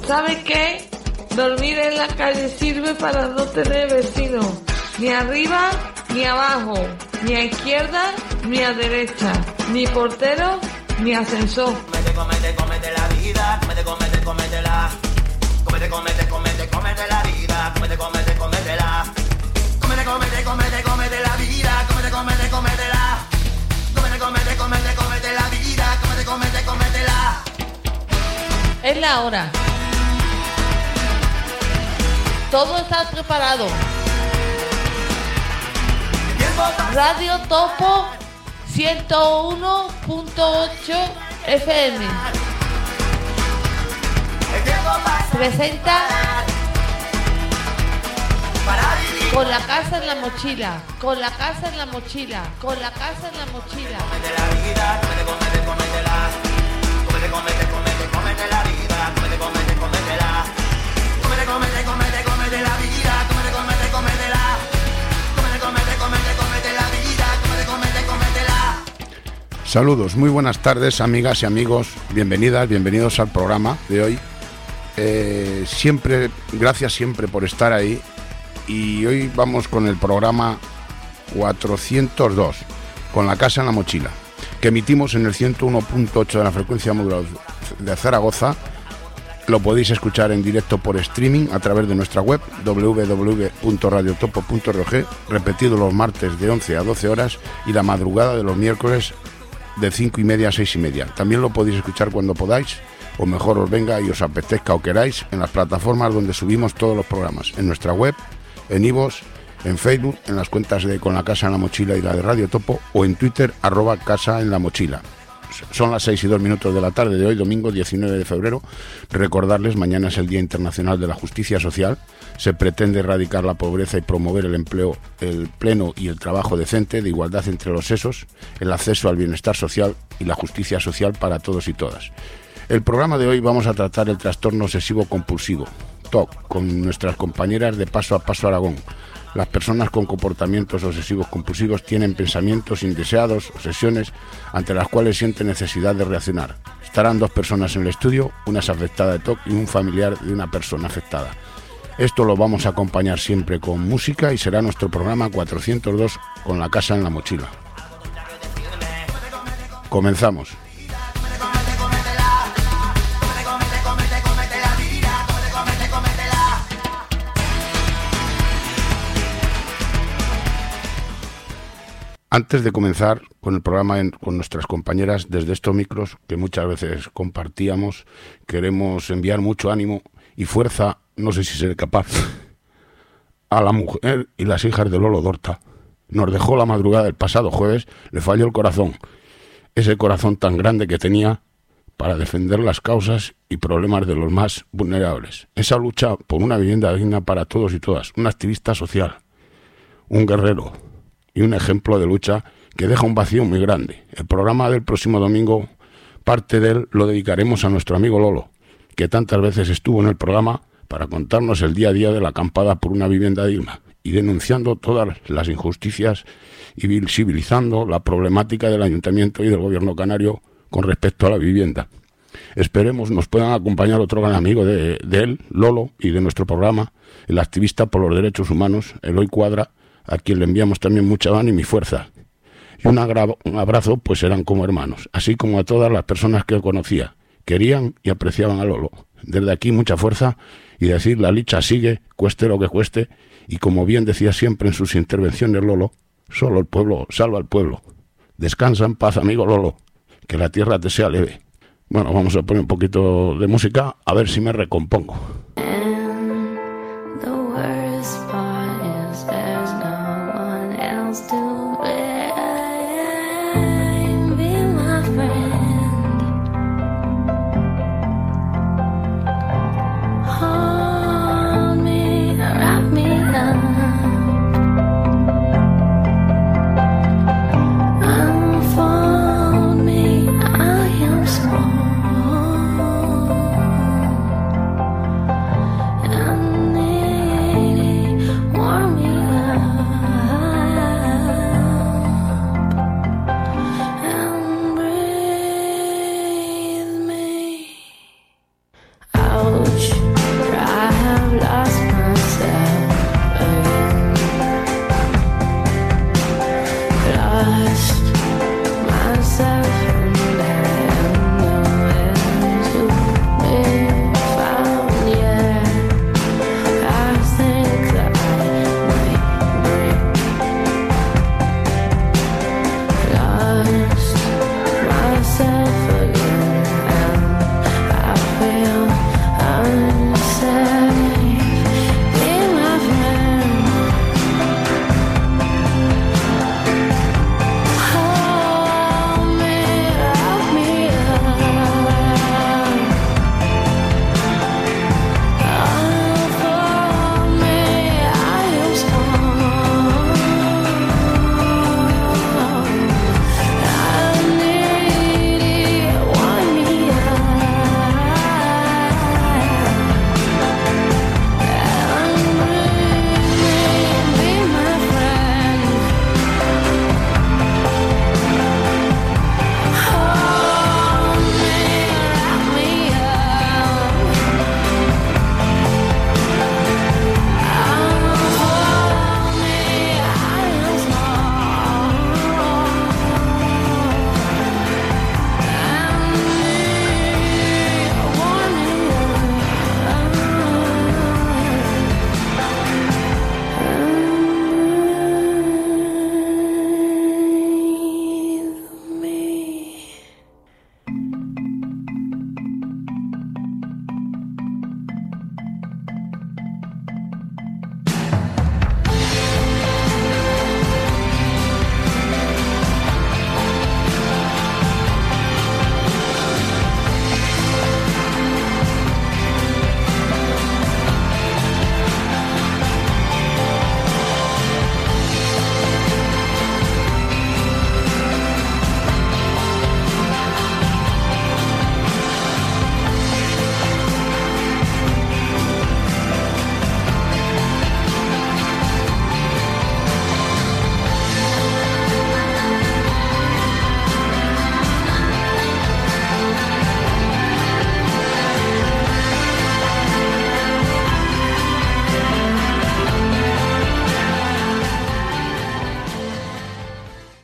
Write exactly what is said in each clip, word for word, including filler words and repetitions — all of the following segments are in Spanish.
¿Sabe qué? Dormir en la calle sirve para no tener vecinos, ni arriba ni abajo, ni a izquierda ni a derecha, ni portero ni ascensor. Comete, comete, comete la vida, comete, comete, cométela. Comete, comete, comete, comete la vida, comete, comete, cométela. Comete, comete, comete, comete la vida, comete, comete, cométela. Comete, comete, comete, comete la vida, comete, comete, cométela. Es la hora. Todo está preparado. Radio Topo ciento uno punto ocho F M presenta Con la casa en la mochila, con la casa en la mochila, con la casa en la mochila. Comete la vida, comete, comete, cométela. Comete, comete, comete, comete la vida, comete, comete, cométela. Comete, comete, comete, comete la vida, comete, comete, cométela. Comete, comete, comete, comete la vida, comete, comete, cométela. Saludos, muy buenas tardes, amigas y amigos. Bienvenidas, bienvenidos al programa de hoy. Eh, siempre, gracias siempre por estar ahí. Y hoy vamos con el programa cuatrocientos dos, con la casa en la mochila, que emitimos en el ciento uno punto ocho de la frecuencia modulada de Zaragoza. Lo podéis escuchar en directo por streaming a través de nuestra web doble u doble u doble u punto radio topo punto org, repetido los martes de once a doce horas y la madrugada de los miércoles de cinco y media a seis y media. También lo podéis escuchar cuando podáis, o mejor os venga y os apetezca o queráis, en las plataformas donde subimos todos los programas, en nuestra web, en iVoox, en Facebook, en las cuentas de Con la Casa en la Mochila y la de Radio Topo, o en Twitter, arroba Casa en la Mochila. Son las seis y dos minutos de la tarde de hoy, domingo diecinueve de febrero. Recordarles, mañana es el Día Internacional de la Justicia Social. Se pretende erradicar la pobreza y promover el empleo, el pleno y el trabajo decente, de igualdad entre los sexos, el acceso al bienestar social y la justicia social para todos y todas. El programa de hoy vamos a tratar el trastorno obsesivo compulsivo, T O C, con nuestras compañeras de Paso a Paso Aragón. Las personas con comportamientos obsesivos compulsivos tienen pensamientos indeseados, obsesiones, ante las cuales sienten necesidad de reaccionar. Estarán dos personas en el estudio, una es afectada de T O C y un familiar de una persona afectada. Esto lo vamos a acompañar siempre con música y será nuestro programa cuatrocientos dos, Con la Casa en la Mochila. Comenzamos. Antes de comenzar con el programa en, con nuestras compañeras desde estos micros que muchas veces compartíamos, queremos enviar mucho ánimo y fuerza, no sé si seré capaz, a la mujer y las hijas de Lolo Dorta. Nos dejó la madrugada del pasado jueves, le falló el corazón, ese corazón tan grande que tenía para defender las causas y problemas de los más vulnerables. Esa lucha por una vivienda digna para todos y todas, un activista social, un guerrero y un ejemplo de lucha que deja un vacío muy grande. El programa del próximo domingo, parte de él lo dedicaremos a nuestro amigo Lolo, que tantas veces estuvo en el programa para contarnos el día a día de la acampada por una vivienda digna y denunciando todas las injusticias y visibilizando la problemática del Ayuntamiento y del Gobierno canario con respecto a la vivienda. Esperemos nos puedan acompañar otro gran amigo de, de él, Lolo, y de nuestro programa, el activista por los derechos humanos, Eloy Cuadra, a quien le enviamos también mucha ánimo y fuerza. Y un, agra- un abrazo, pues eran como hermanos, así como a todas las personas que conocía, querían y apreciaban a Lolo. Desde aquí mucha fuerza y decir, la lucha sigue, cueste lo que cueste, y como bien decía siempre en sus intervenciones Lolo, solo el pueblo salva al pueblo. Descansa en paz, amigo Lolo, que la tierra te sea leve. Bueno, vamos a poner un poquito de música, a ver si me recompongo. I am small.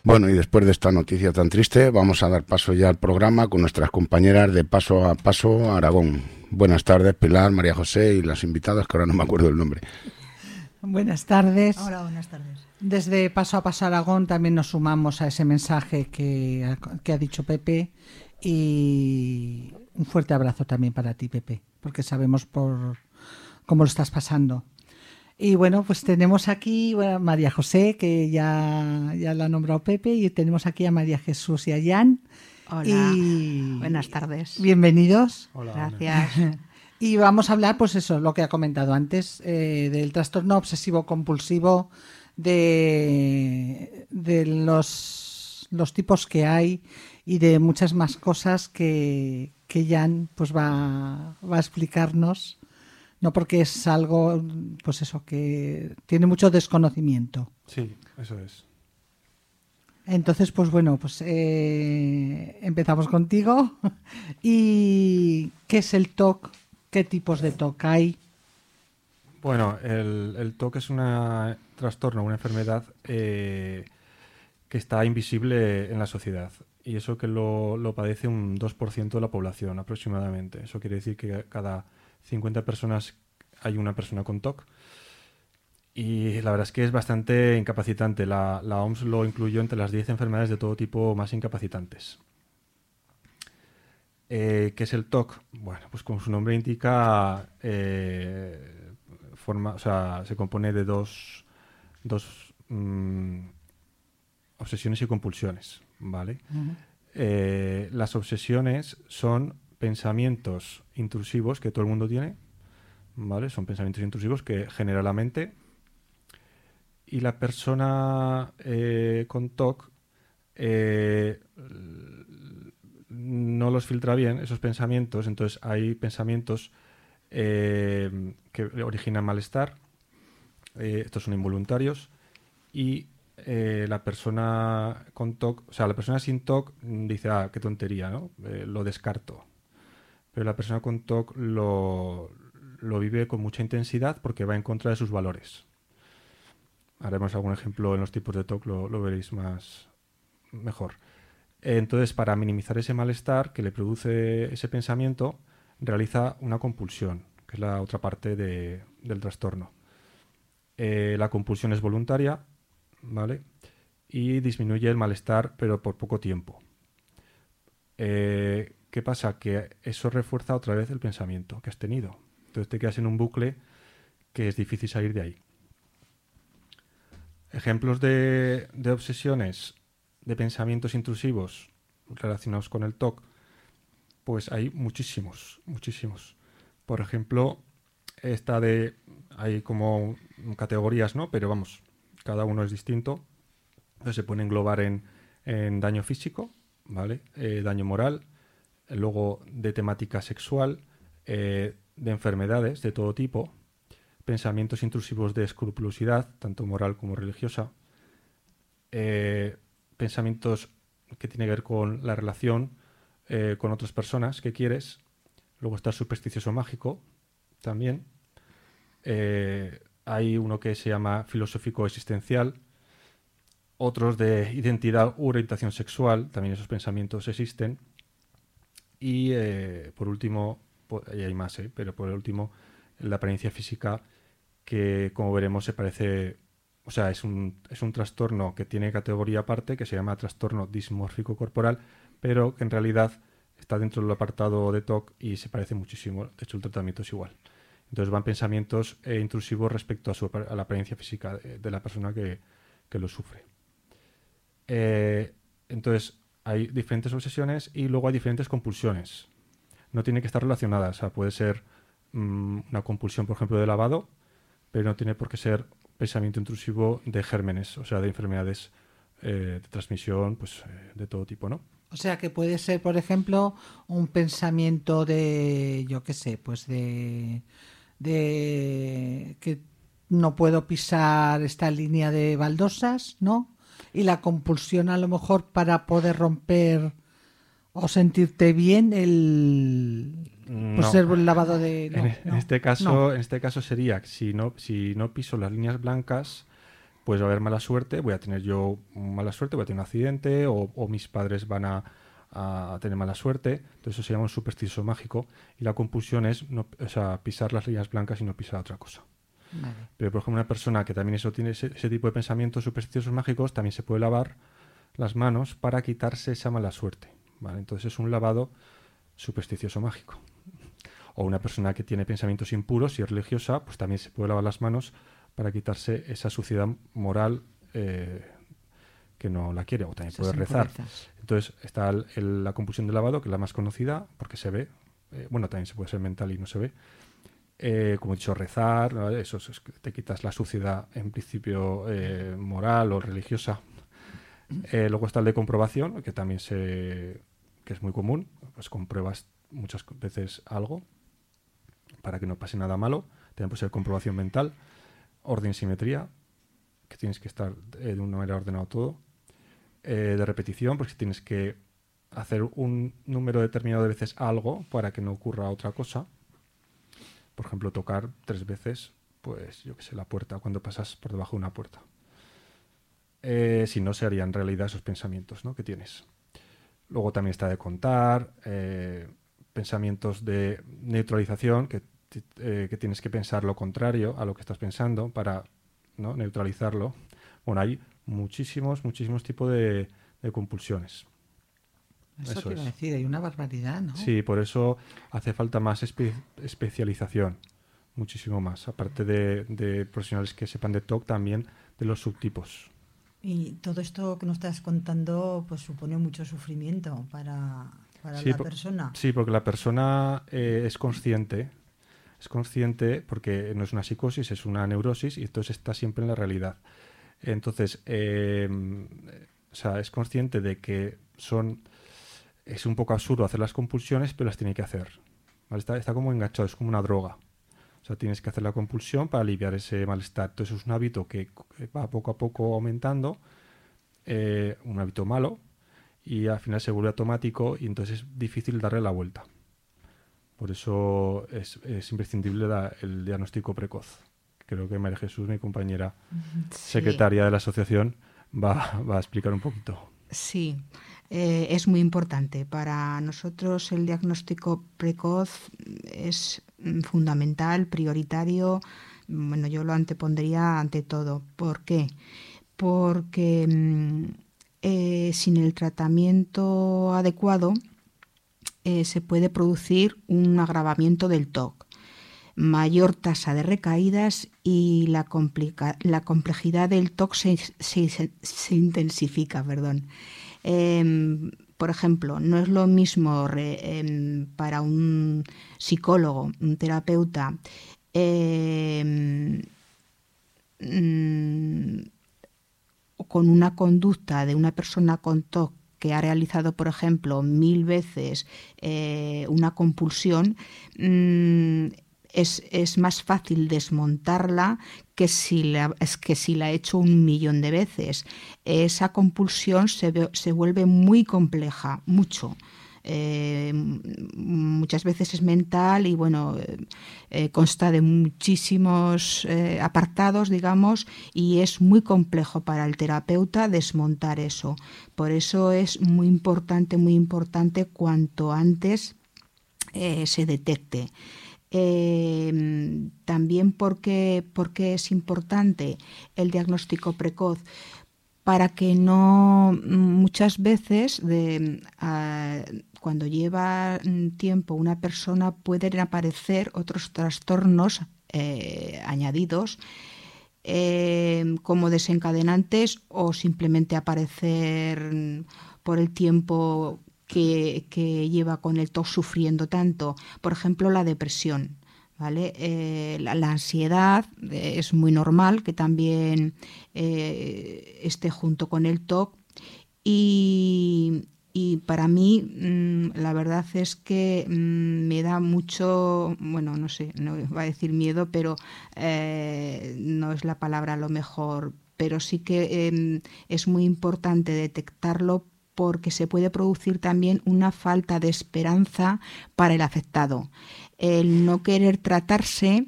Bueno, y después de esta noticia tan triste, vamos a dar paso ya al programa con nuestras compañeras de Paso a Paso Aragón. Buenas tardes, Pilar, María José y las invitadas, que ahora no me acuerdo el nombre. Buenas tardes. Hola, buenas tardes. Desde Paso a Paso Aragón también nos sumamos a ese mensaje que, que ha dicho Pepe, y un fuerte abrazo también para ti, Pepe, porque sabemos por cómo lo estás pasando. Y bueno, pues tenemos aquí a María José, que ya, ya la ha nombrado Pepe, y tenemos aquí a María Jesús y a Jan. Hola, y buenas tardes. Bienvenidos. Hola, Gracias. Y vamos a hablar, pues eso, lo que ha comentado antes, eh, del trastorno obsesivo-compulsivo, de, de los, los tipos que hay y de muchas más cosas que, que Jan pues va, va a explicarnos. No, porque es algo, pues eso, que tiene mucho desconocimiento. Sí, eso es. Entonces, pues bueno, pues eh, empezamos contigo. ¿Y qué es el T O C? ¿Qué tipos de T O C hay? Bueno, el, el T O C es un trastorno, una enfermedad eh, que está invisible en la sociedad. Y eso que lo, lo padece un dos por ciento de la población aproximadamente. Eso quiere decir que cada cincuenta personas hay una persona con T O C. Y la verdad es que es bastante incapacitante. La, la O M S lo incluyó entre las diez enfermedades de todo tipo más incapacitantes. Eh, ¿Qué es el T O C? Bueno, pues como su nombre indica, eh, forma, o sea, se compone de dos, dos mmm, obsesiones y compulsiones, ¿vale? Uh-huh. Eh, las obsesiones son pensamientos intrusivos que todo el mundo tiene, ¿vale? Son pensamientos intrusivos que genera la mente, y la persona eh, con T O C eh, no los filtra bien, esos pensamientos. Entonces hay pensamientos eh, que originan malestar, eh, estos son involuntarios, y eh, la persona con T O C, o sea, la persona sin T O C dice, ah, qué tontería, ¿no? Eh, lo descarto. Pero la persona con T O C lo, lo vive con mucha intensidad porque va en contra de sus valores. Haremos algún ejemplo en los tipos de T O C, lo, lo veréis más mejor. Entonces, para minimizar ese malestar que le produce ese pensamiento, realiza una compulsión, que es la otra parte de, del trastorno. Eh, la compulsión es voluntaria, ¿vale? Y disminuye el malestar, pero por poco tiempo. Eh, ¿Qué pasa? Que eso refuerza otra vez el pensamiento que has tenido. Entonces te quedas en un bucle que es difícil salir de ahí. Ejemplos de, de obsesiones, de pensamientos intrusivos relacionados con el T O C, pues hay muchísimos, muchísimos. Por ejemplo, esta de, hay como categorías, ¿no? Pero vamos, cada uno es distinto. Entonces se puede englobar en, en daño físico, ¿vale? Eh, daño moral, luego de temática sexual, eh, de enfermedades de todo tipo, pensamientos intrusivos de escrupulosidad, tanto moral como religiosa, eh, pensamientos que tienen que ver con la relación eh, con otras personas que quieres. Luego está el supersticioso mágico también. Eh, hay uno que se llama filosófico existencial, otros de identidad u orientación sexual, también esos pensamientos existen. Y eh, por último, por, y hay más, ¿eh? pero por último, la apariencia física, que como veremos se parece, o sea, es un, es un trastorno que tiene categoría aparte, que se llama trastorno dismórfico corporal, pero que en realidad está dentro del apartado de T O C y se parece muchísimo. De hecho, el tratamiento es igual. Entonces van pensamientos eh, intrusivos respecto a, su, a la apariencia física de, de la persona que, que lo sufre. Eh, entonces, hay diferentes obsesiones y luego hay diferentes compulsiones. No tiene que estar relacionadas. O sea, puede ser mmm, una compulsión, por ejemplo, de lavado, pero no tiene por qué ser pensamiento intrusivo de gérmenes, o sea, de enfermedades eh, de transmisión, pues eh, de todo tipo, ¿no? O sea, que puede ser, por ejemplo, un pensamiento de, yo qué sé, pues de, de que no puedo pisar esta línea de baldosas, ¿no? Y la compulsión a lo mejor para poder romper o sentirte bien el pues no. ser un lavado de no, en, no, en este caso no. en este caso sería si no si no piso las líneas blancas pues va a haber mala suerte, voy a tener yo mala suerte, voy a tener un accidente, o, o mis padres van a, a tener mala suerte. Entonces eso se llama un supersticioso mágico, y la compulsión es no, o sea, pisar las líneas blancas y no pisar otra cosa. Vale. Pero, por ejemplo, una persona que también eso tiene ese, ese tipo de pensamientos supersticiosos mágicos, también se puede lavar las manos para quitarse esa mala suerte, ¿vale? Entonces es un lavado supersticioso mágico. O una persona que tiene pensamientos impuros y es religiosa, pues también se puede lavar las manos para quitarse esa suciedad moral eh, que no la quiere, o también Esas puede rezar. impurezas. Entonces está el, el, la compulsión de lavado, que es la más conocida, porque se ve, eh, bueno, también se puede ser mental y no se ve. Eh, como he dicho, rezar, ¿no? Eso es, es que te quitas la suciedad en principio eh, moral o religiosa. Eh, luego está el de comprobación, que también se, que es muy común, pues compruebas muchas veces algo para que no pase nada malo. También puede ser comprobación mental. Orden, simetría, que tienes que estar eh, de una manera ordenado todo. Eh, de repetición, porque tienes que hacer un número determinado de veces algo para que no ocurra otra cosa. Por ejemplo, tocar tres veces, pues yo qué sé, la puerta, cuando pasas por debajo de una puerta. Eh, si no, se harían realidad esos pensamientos, ¿no?, que tienes. Luego también está de contar, eh, pensamientos de neutralización, que Eh, que tienes que pensar lo contrario a lo que estás pensando para, ¿no?, neutralizarlo. Bueno, hay muchísimos, muchísimos tipos de, de compulsiones. Eso, Eso te iba a es. decir, hay una barbaridad, ¿no? Sí, por eso hace falta más espe- especialización, muchísimo más. Aparte de, de profesionales que sepan de T O C, también de los subtipos. Y todo esto que nos estás contando pues supone mucho sufrimiento para, para Sí, la por- persona. Sí, porque la persona eh, es consciente, es consciente porque no es una psicosis, es una neurosis, y entonces está siempre en la realidad. Entonces, eh, o sea, es consciente de que son, es un poco absurdo hacer las compulsiones, pero las tiene que hacer, ¿vale? Está, está como enganchado, es como una droga. O sea, tienes que hacer la compulsión para aliviar ese malestar. Entonces es un hábito que va poco a poco aumentando, eh, un hábito malo, y al final se vuelve automático, y entonces es difícil darle la vuelta. Por eso es, es imprescindible la, el diagnóstico precoz. Creo que María Jesús, mi compañera Sí. secretaria de la asociación, va, va a explicar un poquito. Sí, eh, es muy importante. Para nosotros el diagnóstico precoz es mm, fundamental, prioritario. Bueno, yo lo antepondría ante todo. ¿Por qué? Porque mm, eh, sin el tratamiento adecuado eh, se puede producir un agravamiento del T O C, mayor tasa de recaídas, y la, complica- la complejidad del T O C se, se, se intensifica. Perdón. Eh, por ejemplo, no es lo mismo re, eh, para un psicólogo, un terapeuta, eh, mm, con una conducta de una persona con T O C que ha realizado, por ejemplo, mil veces eh, una compulsión, mmm, es, es más fácil desmontarla que si la, es que si la ha hecho un millón de veces. Esa compulsión se, ve, se vuelve muy compleja, mucho. Eh, muchas veces es mental y bueno, eh, consta de muchísimos eh, apartados, digamos, y es muy complejo para el terapeuta desmontar eso. Por eso es muy importante, muy importante cuanto antes eh, se detecte. Eh, también porque, porque es importante el diagnóstico precoz, para que no, muchas veces de, uh, cuando lleva tiempo una persona pueden aparecer otros trastornos eh, añadidos eh, como desencadenantes, o simplemente aparecer por el tiempo que, que lleva con el T O C sufriendo tanto. Por ejemplo, la depresión. ¿Vale? Eh, la, la ansiedad eh, es muy normal que también eh, esté junto con el T O C, y, y para mí mmm, la verdad es que mmm, me da mucho, bueno, no sé, no voy a decir miedo, pero eh, no es la palabra a lo mejor, pero sí que eh, es muy importante detectarlo, porque se puede producir también una falta de esperanza para el afectado. el no querer tratarse,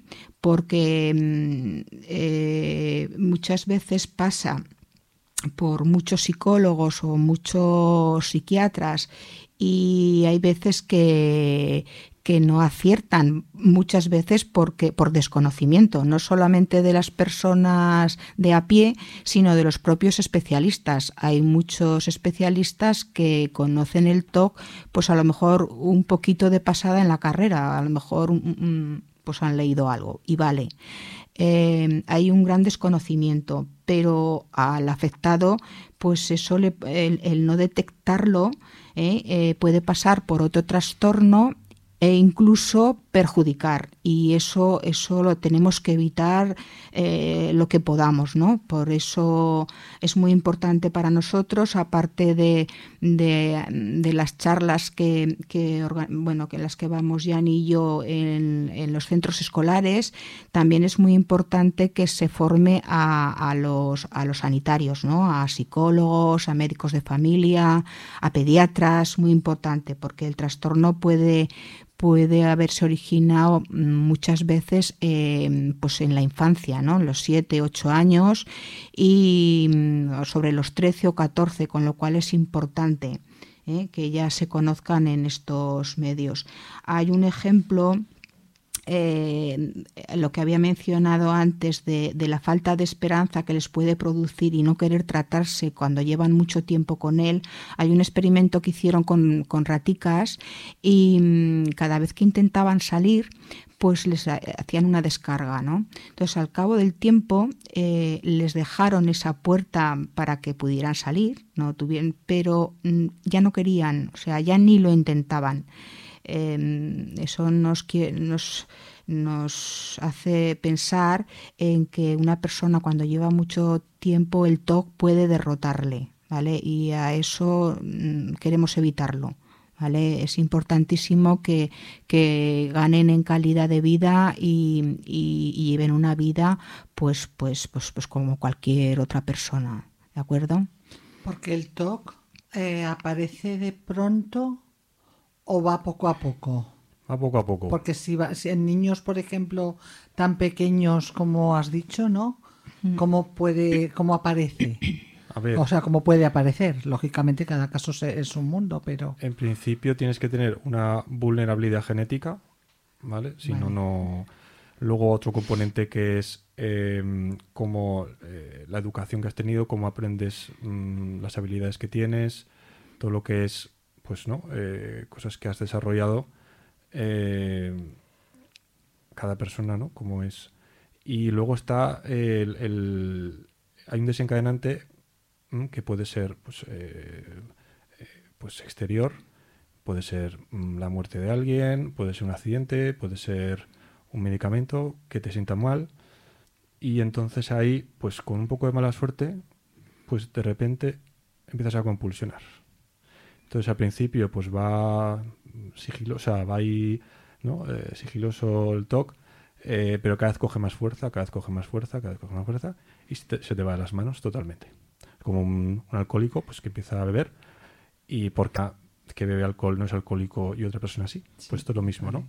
porque eh, muchas veces pasa por muchos psicólogos o muchos psiquiatras y hay veces que, que no aciertan, muchas veces porque por desconocimiento, no solamente de las personas de a pie, sino de los propios especialistas. Hay muchos especialistas que conocen el T O C, pues a lo mejor un poquito de pasada en la carrera, a lo mejor pues han leído algo y vale. Eh, hay un gran desconocimiento, pero al afectado, pues eso le, el, el no detectarlo eh, eh, puede pasar por otro trastorno e incluso perjudicar, y eso eso lo tenemos que evitar eh, lo que podamos, ¿no? Por eso es muy importante para nosotros, aparte de, de, de las charlas que, que bueno que las que vamos Jan y yo en, en los centros escolares, también es muy importante que se forme a, a los a los sanitarios, ¿no? A psicólogos, a médicos de familia, a pediatras, muy importante, porque el trastorno puede puede haberse originado muchas veces eh, pues en la infancia, ¿no? En los siete, ocho años y sobre los trece o catorce, con lo cual es importante eh, que ya se conozcan en estos medios. Hay un ejemplo, eh, lo que había mencionado antes de, de la falta de esperanza que les puede producir y no querer tratarse cuando llevan mucho tiempo con él. Hay un experimento que hicieron con, con raticas y mmm, cada vez que intentaban salir, pues les hacían una descarga, ¿no? Entonces, al cabo del tiempo, eh, les dejaron esa puerta para que pudieran salir, no tuvieron, pero mmm, ya no querían, o sea, ya ni lo intentaban. Eh, eso nos, nos, nos hace pensar en que una persona cuando lleva mucho tiempo el T O C puede derrotarle, ¿vale? Y a eso mm, queremos evitarlo, ¿vale? Es importantísimo que, que ganen en calidad de vida y, y, y lleven una vida pues, pues, pues, pues como cualquier otra persona, ¿de acuerdo? Porque el T O C eh, aparece de pronto o va poco a poco. Va poco a poco. Porque si, va, si en niños, por ejemplo, tan pequeños como has dicho, ¿no? ¿Cómo puede, cómo aparece? A ver, o sea, cómo puede aparecer. Lógicamente, cada caso es un mundo, pero en principio tienes que tener una vulnerabilidad genética, ¿vale? Si vale. no, no. Luego otro componente que es eh, cómo eh, la educación que has tenido, cómo aprendes mmm, las habilidades que tienes, todo lo que es, pues, ¿no? Eh, cosas que has desarrollado. Eh, cada persona, ¿no? Cómo es. Y luego está el, el hay un desencadenante ¿m? que puede ser pues, eh, eh, pues exterior, puede ser mm, la muerte de alguien, puede ser un accidente, puede ser un medicamento que te sienta mal, y entonces ahí, pues con un poco de mala suerte, pues de repente empiezas a compulsionar. Entonces al principio pues va sigiloso, o sea, va ahí, ¿no? eh, sigiloso el T O C, eh, pero cada vez coge más fuerza, cada vez coge más fuerza, cada vez coge más fuerza y se te, se te va de las manos totalmente. Como un, un alcohólico pues que empieza a beber y porque que bebe alcohol no es alcohólico y otra persona sí, sí. Pues esto es lo mismo, ¿no?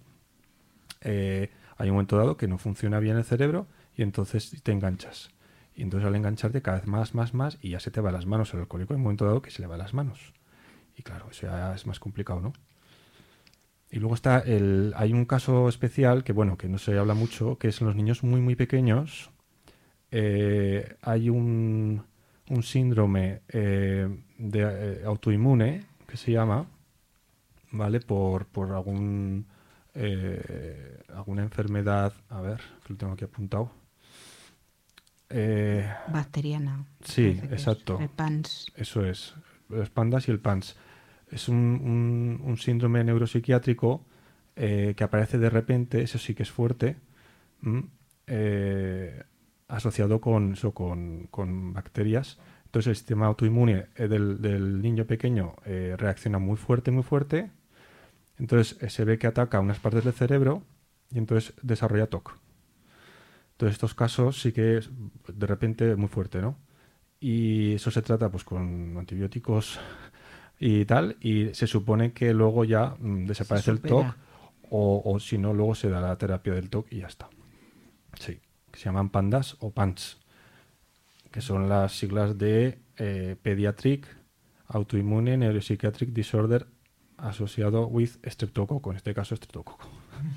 Eh, hay un momento dado que no funciona bien el cerebro y entonces te enganchas. Y entonces al engancharte cada vez más, más, más y ya se te va de las manos el alcohólico. Hay un momento dado que se le va de las manos. Y claro, eso ya es más complicado, ¿no? Y luego está el... Hay un caso especial que, bueno, que no se habla mucho, que es en los niños muy, muy pequeños. Eh, hay un, un síndrome eh, de, eh, autoinmune que se llama, ¿vale? Por, por algún... Eh, alguna enfermedad... A ver, que lo tengo aquí apuntado. Eh, Bacteriana. Sí, exacto. El PANS. Eso es. Los pandas y el PANS. Es un, un, un síndrome neuropsiquiátrico eh, que aparece de repente, eso sí que es fuerte, eh, asociado con, eso, con, con bacterias. Entonces el sistema autoinmune eh, del, del niño pequeño eh, reacciona muy fuerte, muy fuerte. Entonces eh, se ve que ataca unas partes del cerebro y entonces desarrolla T O C. Entonces estos casos sí que es de repente muy fuerte, ¿no? Y eso se trata pues con antibióticos y tal, y se supone que luego ya mmm, desaparece el T O C o, o si no, luego se da la terapia del T O C y ya está. Sí, que se llaman PANDAS o PANS, que son las siglas de eh, Pediatric Autoimmune Neuropsychiatric Disorder asociado with Streptococcus, en este caso Streptococcus.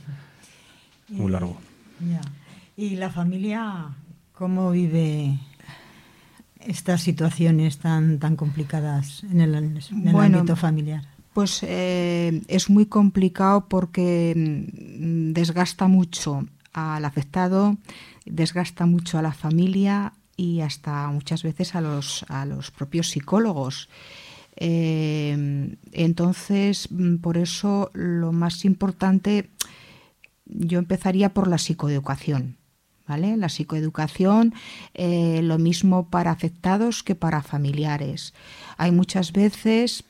Muy largo. Ya. ¿Y la familia cómo vive estas situaciones tan, tan complicadas en el, en el bueno, ámbito familiar? Pues eh, es muy complicado porque mm, desgasta mucho al afectado, desgasta mucho a la familia y hasta muchas veces a los, a los propios psicólogos. Eh, entonces, por eso lo más importante, yo empezaría por la psicoeducación, ¿vale? La psicoeducación, eh, lo mismo para afectados que para familiares. Hay muchas veces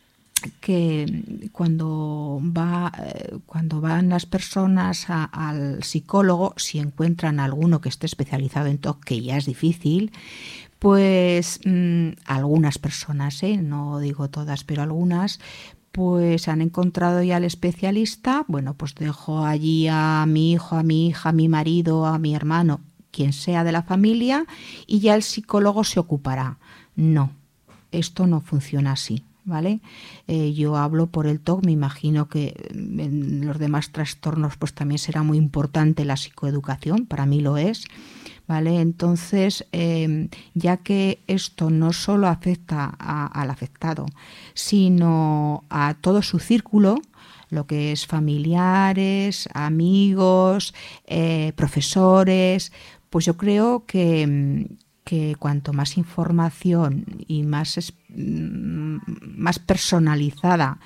que cuando va cuando van las personas a, al psicólogo, si encuentran alguno que esté especializado en T O C, que ya es difícil, pues mmm, algunas personas, ¿eh? No digo todas, pero algunas, pues han encontrado ya al especialista, bueno, pues dejo allí a mi hijo, a mi hija, a mi marido, a mi hermano, quien sea de la familia, y ya el psicólogo se ocupará. No, esto no funciona así. ¿Vale? Eh, yo hablo por el T O C, me imagino que en los demás trastornos pues también será muy importante la psicoeducación, para mí lo es, ¿vale? Entonces, eh, ya que esto no solo afecta a, al afectado, sino a todo su círculo, lo que es familiares, amigos, eh, profesores, pues yo creo que que cuanto más información y más, más personalizada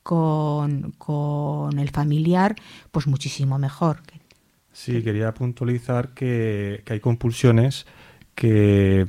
con, con el familiar, pues muchísimo mejor. Sí, quería puntualizar que, que hay compulsiones que,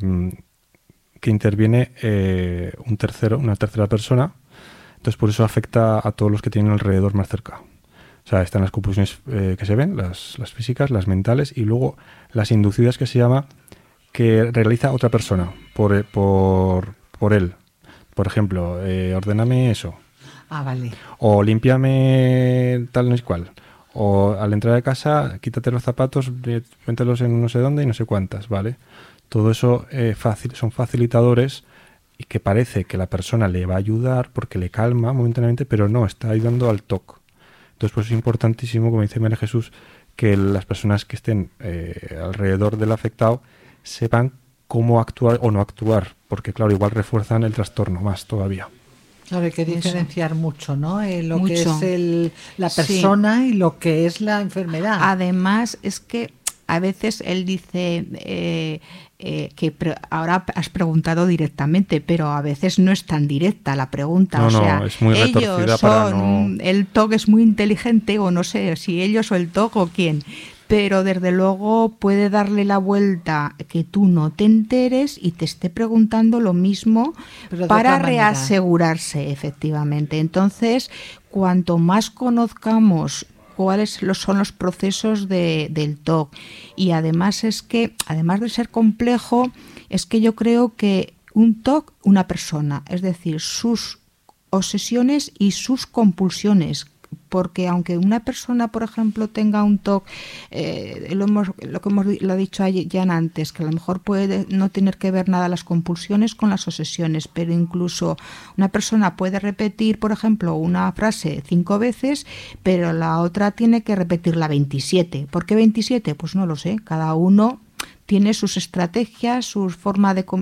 que interviene eh, un tercero, una tercera persona, entonces por eso afecta a todos los que tienen alrededor más cerca. O sea, están las compulsiones eh, que se ven, las, las físicas, las mentales, y luego las inducidas, que se llama, que realiza otra persona por, por, por él. Por ejemplo, eh, ordéname eso. Ah, vale. O límpiame tal no es cual. O al entrar a casa, quítate los zapatos, mételos en no sé dónde y no sé cuántas, ¿vale? Todo eso eh, fácil, son facilitadores y que parece que la persona le va a ayudar porque le calma momentáneamente, pero no, está ayudando al T O C. Entonces, pues es importantísimo, como dice María Jesús, que las personas que estén eh, alrededor del afectado sepan cómo actuar o no actuar, porque claro, igual refuerzan el trastorno más todavía. Claro, hay que diferenciar Eso. mucho, ¿no? Eh, lo mucho. que es el, la persona sí. y lo que es la enfermedad. Además, es que a veces él dice eh, eh, que pre- ahora has preguntado directamente, pero a veces no es tan directa la pregunta. No, o sea, no, es muy retorcida son, para no... el T O C es muy inteligente, o no sé si ellos o el T O C o quién, pero desde luego puede darle la vuelta que tú no te enteres y te esté preguntando lo mismo para reasegurarse, efectivamente. Entonces, cuanto más conozcamos cuáles son los procesos de, del T O C, y además es que, además de ser complejo, es que yo creo que un T O C, una persona, es decir, sus obsesiones y sus compulsiones, porque aunque una persona, por ejemplo, tenga un T O C, eh, lo, hemos, lo que hemos lo he dicho ya antes, que a lo mejor puede no tener que ver nada las compulsiones con las obsesiones, pero incluso una persona puede repetir, por ejemplo, una frase cinco veces, pero la otra tiene que repetirla veintisiete. ¿Por qué veintisiete? Pues no lo sé, cada uno tiene sus estrategias, su forma de,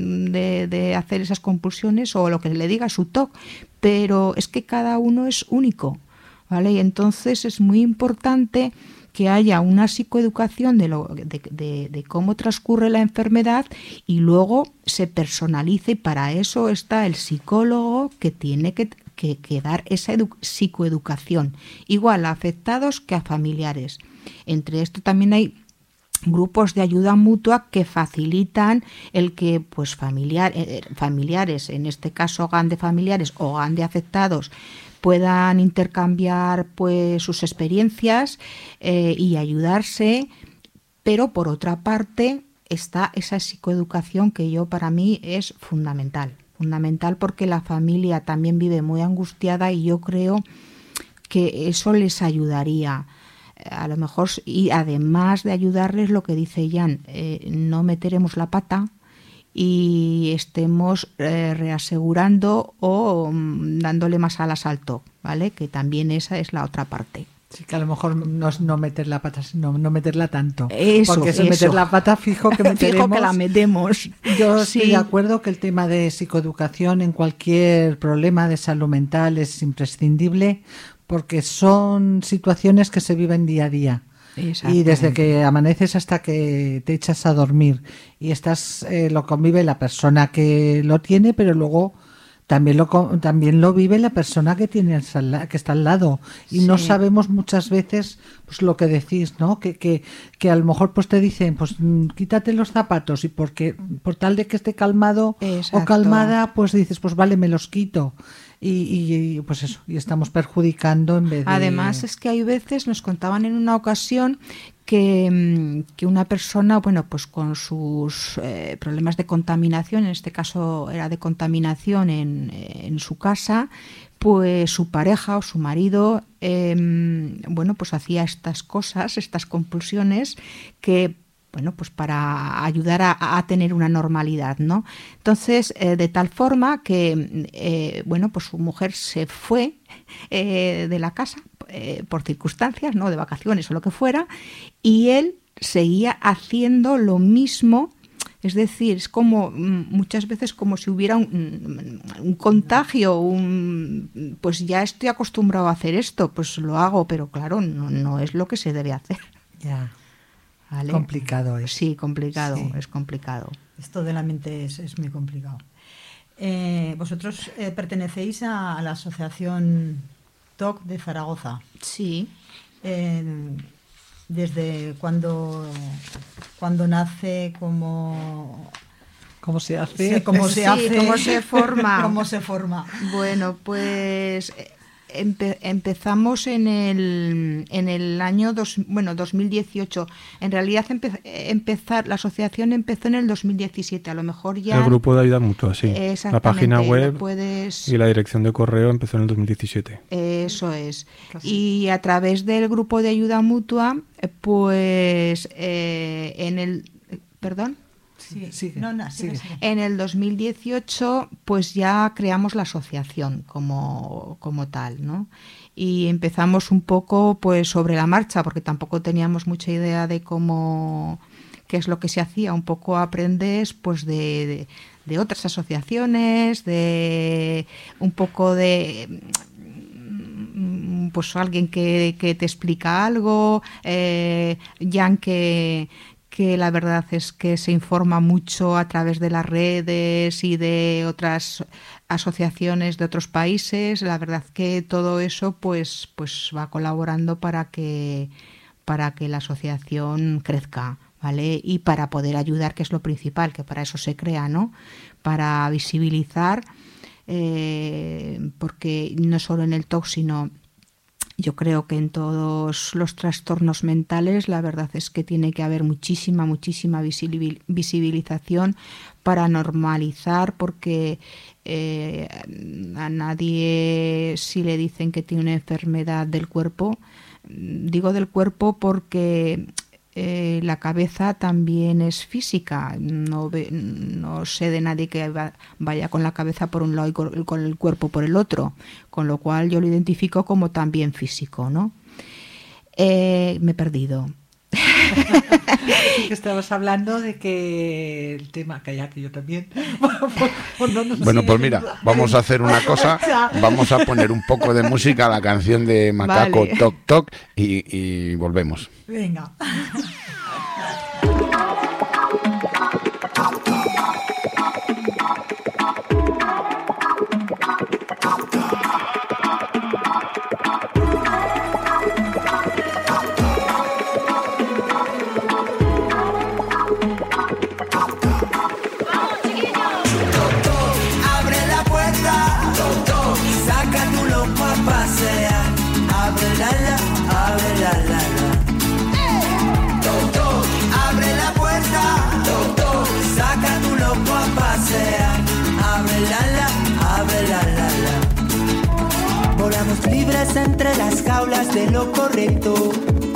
de, de hacer esas compulsiones o lo que le diga su T O C, pero es que cada uno es único, ¿vale? Y entonces es muy importante que haya una psicoeducación de, lo, de, de, de cómo transcurre la enfermedad y luego se personalice, y para eso está el psicólogo que tiene que, que, que dar esa edu- psicoeducación, igual a afectados que a familiares. Entre esto también hay grupos de ayuda mutua que facilitan el que pues familiar, eh, familiares, en este caso GAN de familiares o GAN de afectados, puedan intercambiar pues sus experiencias eh, y ayudarse, pero por otra parte está esa psicoeducación que yo para mí es fundamental, fundamental porque la familia también vive muy angustiada y yo creo que eso les ayudaría. A lo mejor, y además de ayudarles, lo que dice Jan, eh, no meteremos la pata y estemos eh, reasegurando o um, dándole más alas al TOC, ¿vale? Que también esa es la otra parte. Sí, que a lo mejor no es no meter la pata, sino no meterla tanto. Eso, porque si eso. meter la pata, fijo que meteremos. Fijo que la metemos. Yo Sí. estoy de acuerdo que el tema de psicoeducación en cualquier problema de salud mental es imprescindible, porque son situaciones que se viven día a día. Y desde que amaneces hasta que te echas a dormir y estás eh, lo convive la persona que lo tiene, pero luego también lo co- también lo vive la persona que tiene al la- que está al lado, y Sí. no sabemos muchas veces pues lo que decís, ¿no? Que, que, que a lo mejor pues te dicen pues mm, quítate los zapatos, y porque por tal de que esté calmado o Exacto. calmada, pues dices pues vale, me los quito. Y, y, y, pues eso, y estamos perjudicando en vez de... Además es que hay veces, nos contaban en una ocasión que, mm, que una persona, bueno, pues con sus eh, problemas de contaminación, en este caso era de contaminación en, en su casa, pues su pareja o su marido, eh, bueno, pues hacía estas cosas, estas compulsiones que, bueno, pues para ayudar a, a tener una normalidad, ¿no? Entonces, eh, de tal forma que, eh, bueno, pues su mujer se fue eh, de la casa eh, por circunstancias, ¿no? De vacaciones o lo que fuera, y él seguía haciendo lo mismo. Es decir, es como mm, muchas veces como si hubiera un, un contagio, un, pues ya estoy acostumbrado a hacer esto, pues lo hago, pero claro, no, no es lo que se debe hacer. Ya. ¿Vale? Complicado es. Sí, complicado, Sí. es complicado. Esto de la mente es, es muy complicado. Eh, vosotros eh, pertenecéis a, a la asociación T O C de Zaragoza. Sí. Eh, desde cuando, cuando nace, cómo, ¿Cómo se hace? sí, cómo se Sí, hace, cómo se forma. cómo se forma. Bueno, pues eh, empe- empezamos en el en el año dos, bueno, dos mil dieciocho. En realidad empe- empezar la asociación empezó en el dos mil diecisiete. A lo mejor ya El grupo de ayuda mutua, sí. Exactamente, La página lo web puedes... y la dirección de correo empezó en el dos mil diecisiete. Eso es. Y a través del grupo de ayuda mutua, eh, pues eh, en el... ¿Perdón? Sí, Sigue, no, no, sigue, sigue. sigue. En el dos mil dieciocho pues ya creamos la asociación como, como tal, ¿no? Y empezamos un poco pues sobre la marcha, porque tampoco teníamos mucha idea de cómo, qué es lo que se hacía, un poco aprendes pues de, de, de otras asociaciones, de un poco de mm, pues alguien que, que te explica algo, eh, Jan que que la verdad es que se informa mucho a través de las redes y de otras asociaciones de otros países. La verdad que todo eso pues, pues va colaborando para que, para que la asociación crezca, ¿vale? Y para poder ayudar, que es lo principal, que para eso se crea, ¿no? Para visibilizar, eh, porque no solo en el T O C, sino... Yo creo que en todos los trastornos mentales la verdad es que tiene que haber muchísima, muchísima visibil- visibilización para normalizar, porque eh, a nadie, si le dicen que tiene una enfermedad del cuerpo, digo del cuerpo porque eh, la cabeza también es física. No, ve, no sé de nadie que va, vaya con la cabeza por un lado y con, con el cuerpo por el otro, con lo cual yo lo identifico como también físico, ¿no? Eh, me he perdido. Que estabas hablando de que el tema, calla, que yo también. Bueno, pues, pues no nos Bueno, sigue pues mira, viendo. vamos a hacer una cosa, vamos a poner un poco de música, la canción de Macaco, Vale. Toc Toc, y, y volvemos. Venga. Abre la puerta, saca tu loco a pasear. Abre la la, abre la la la. Abre la puerta, saca tu entre las jaulas de lo correcto.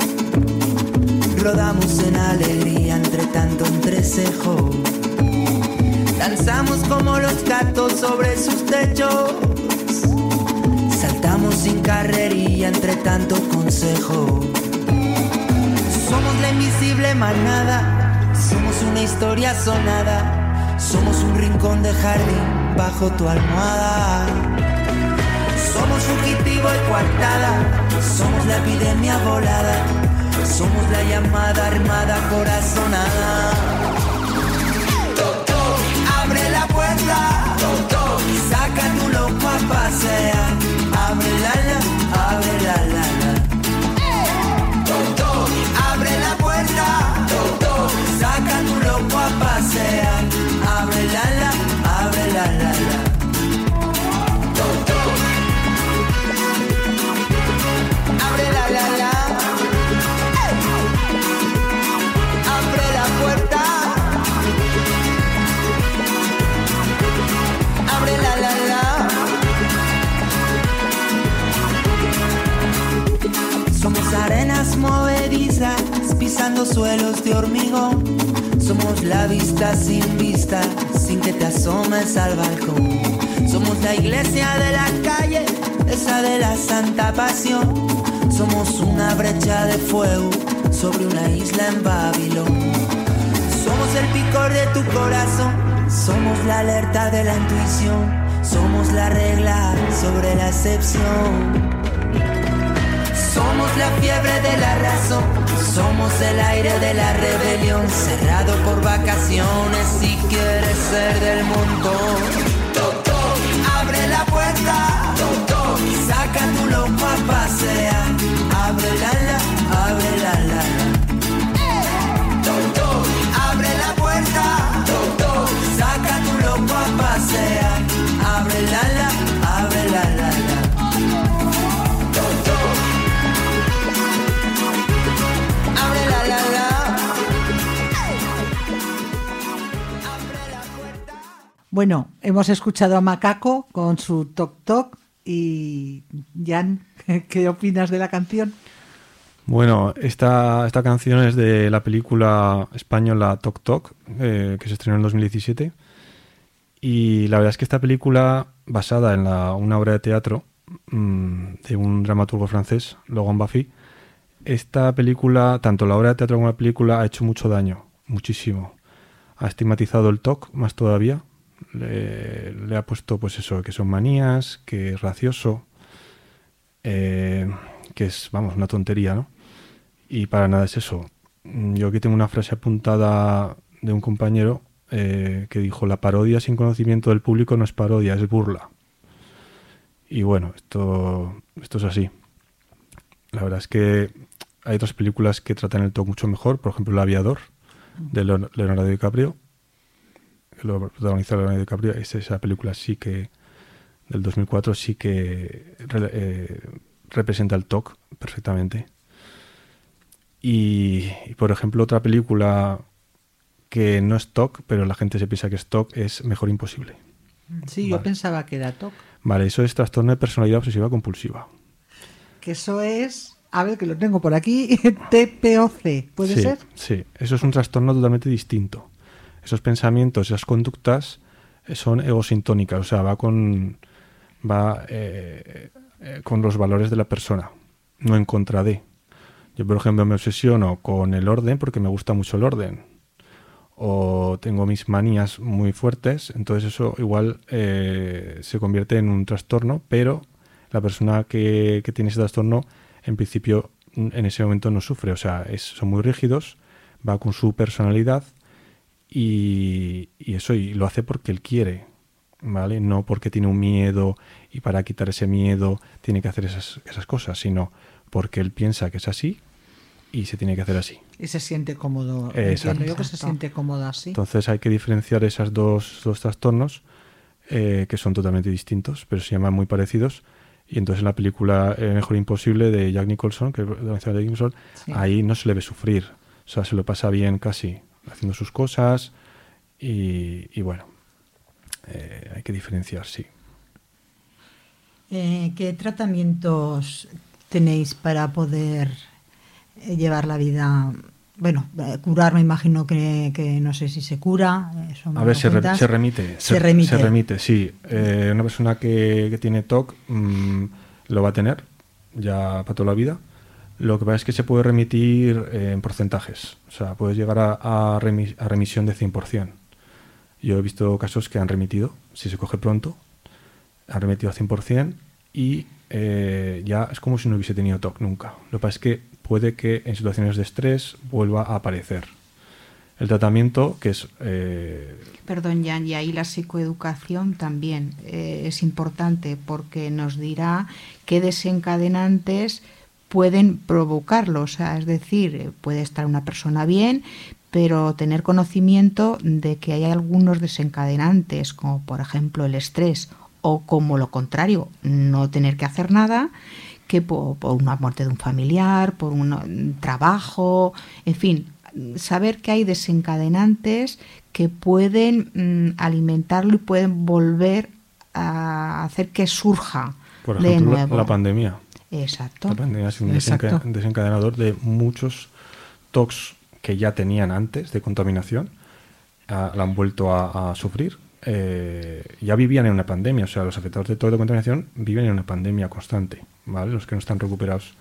Rodamos en alegría entre tanto entrecejo. Danzamos como los gatos sobre sus techos. Saltamos sin carrería entre tanto consejo. Somos la invisible manada, somos una historia sonada, somos un rincón de jardín bajo tu almohada. Somos fugitivo y coartada, somos la epidemia volada, somos la llamada armada corazonada. Toc, toc, abre la puerta, toc, toc, saca tu loco a pasear. Abre la la, abre la la la. Toc, toc, abre la puerta, toc, toc, saca tu loco a pasear. Abre la la, abre la la la. Toc, toc, abre la la la. Abre la puerta. Abre la la la. Somos arenas movedizas pisando suelos de hormigón. Somos la vista sin vista, sin que te asomes al balcón. Somos la iglesia de la calle, esa de la santa pasión. Somos una brecha de fuego sobre una isla en Babilón. Somos el picor de tu corazón, somos la alerta de la intuición. Somos la regla sobre la excepción. Somos la fiebre de la razón, somos el aire de la rebelión. Cerrado por vacaciones si quieres ser del montón. Toc, toc, abre la puerta, toc, toc, saca tu loco a pasear. Abre la la, abre la la la. Toc, toc, abre la puerta, toc, toc, saca tu loco a pasear. Abre la la, abre la la la. Toc, toc, abre la la la. Abre la puerta. Bueno, hemos escuchado a Macaco con su Toc Toc. Y Jan, ¿qué opinas de la canción? Bueno, esta, esta canción es de la película española Toc Toc, eh, que se estrenó en dos mil diecisiete. Y la verdad es que esta película, basada en la, una obra de teatro mmm, de un dramaturgo francés, Laurent Baffy, esta película, tanto la obra de teatro como la película, ha hecho mucho daño, muchísimo. Ha estigmatizado el T O C más todavía. Le, le ha puesto pues eso, que son manías, que es gracioso, eh, que es, vamos, una tontería, ¿no? Y para nada es eso. Yo aquí tengo una frase apuntada de un compañero eh, que dijo: la parodia sin conocimiento del público no es parodia, es burla. Y bueno, esto, esto es así. La verdad es que hay otras películas que tratan el T O C mucho mejor, por ejemplo El Aviador, de Leonardo DiCaprio, que lo protagonizó Leonardo DiCaprio. Es esa película sí que, del dos mil cuatro, sí que eh, representa el T O C perfectamente. Y, y por ejemplo, otra película que no es T O C, pero la gente se piensa que es T O C, es Mejor Imposible. Sí, vale. Yo pensaba que era T O C. Vale, eso es trastorno de personalidad obsesiva compulsiva. Que eso es, a ver, que lo tengo por aquí, T P O C, ¿puede sí, ser? Sí, eso es un trastorno totalmente distinto. Esos pensamientos, esas conductas son egosintónicas, o sea, va con va eh, eh, con los valores de la persona, no en contra de. Yo, por ejemplo, me obsesiono con el orden porque me gusta mucho el orden, o tengo mis manías muy fuertes, entonces eso igual eh, se convierte en un trastorno, pero la persona que, que tiene ese trastorno, en principio, en ese momento no sufre, o sea, es, son muy rígidos, va con su personalidad. Y, y eso, y lo hace porque él quiere, ¿vale? No porque tiene un miedo y para quitar ese miedo tiene que hacer esas, esas cosas, sino porque él piensa que es así y se tiene que hacer así. Y se siente cómodo. Exacto. Entiendo yo que se siente cómodo así. Entonces hay que diferenciar esos dos, dos trastornos eh, que son totalmente distintos, pero se llaman muy parecidos. Y entonces en la película eh, Mejor Imposible de Jack Nicholson, que es de Nicholson, sí. Ahí no se le ve sufrir, o sea, se lo pasa bien casi, haciendo sus cosas y, y bueno, eh, hay que diferenciar, sí. Eh, ¿Qué tratamientos tenéis para poder eh, llevar la vida? Bueno, eh, curar me imagino que, que no sé si se cura. Eso A ver, se, re, se remite. Se, se remite. Se remite, sí. Eh, una persona que, que tiene T O C mmm, lo va a tener ya para toda la vida. Lo que pasa es que se puede remitir eh, en porcentajes. O sea, puedes llegar a, a, remis, a remisión de cien por ciento. Yo he visto casos que han remitido, si se coge pronto, han remitido a cien por ciento y eh, ya es como si no hubiese tenido T O C nunca. Lo que pasa es que puede que en situaciones de estrés vuelva a aparecer. El tratamiento, que es... Eh... Perdón, Jan, y ahí la psicoeducación también eh, es importante porque nos dirá qué desencadenantes pueden provocarlo. O sea, es decir, puede estar una persona bien, pero tener conocimiento de que hay algunos desencadenantes, como por ejemplo el estrés, o como lo contrario, no tener que hacer nada, que por, por una muerte de un familiar, por un, un trabajo, en fin, saber que hay desencadenantes que pueden mmm, alimentarlo y pueden volver a hacer que surja por ejemplo, de nuevo. La, la pandemia. Exacto. La pandemia es un Exacto. desencadenador de muchos T O Cs que ya tenían antes de contaminación, a, la han vuelto a, a sufrir. Eh, ya vivían en una pandemia, o sea, los afectados de T O C de contaminación viven en una pandemia constante, ¿vale? Los que no están recuperados.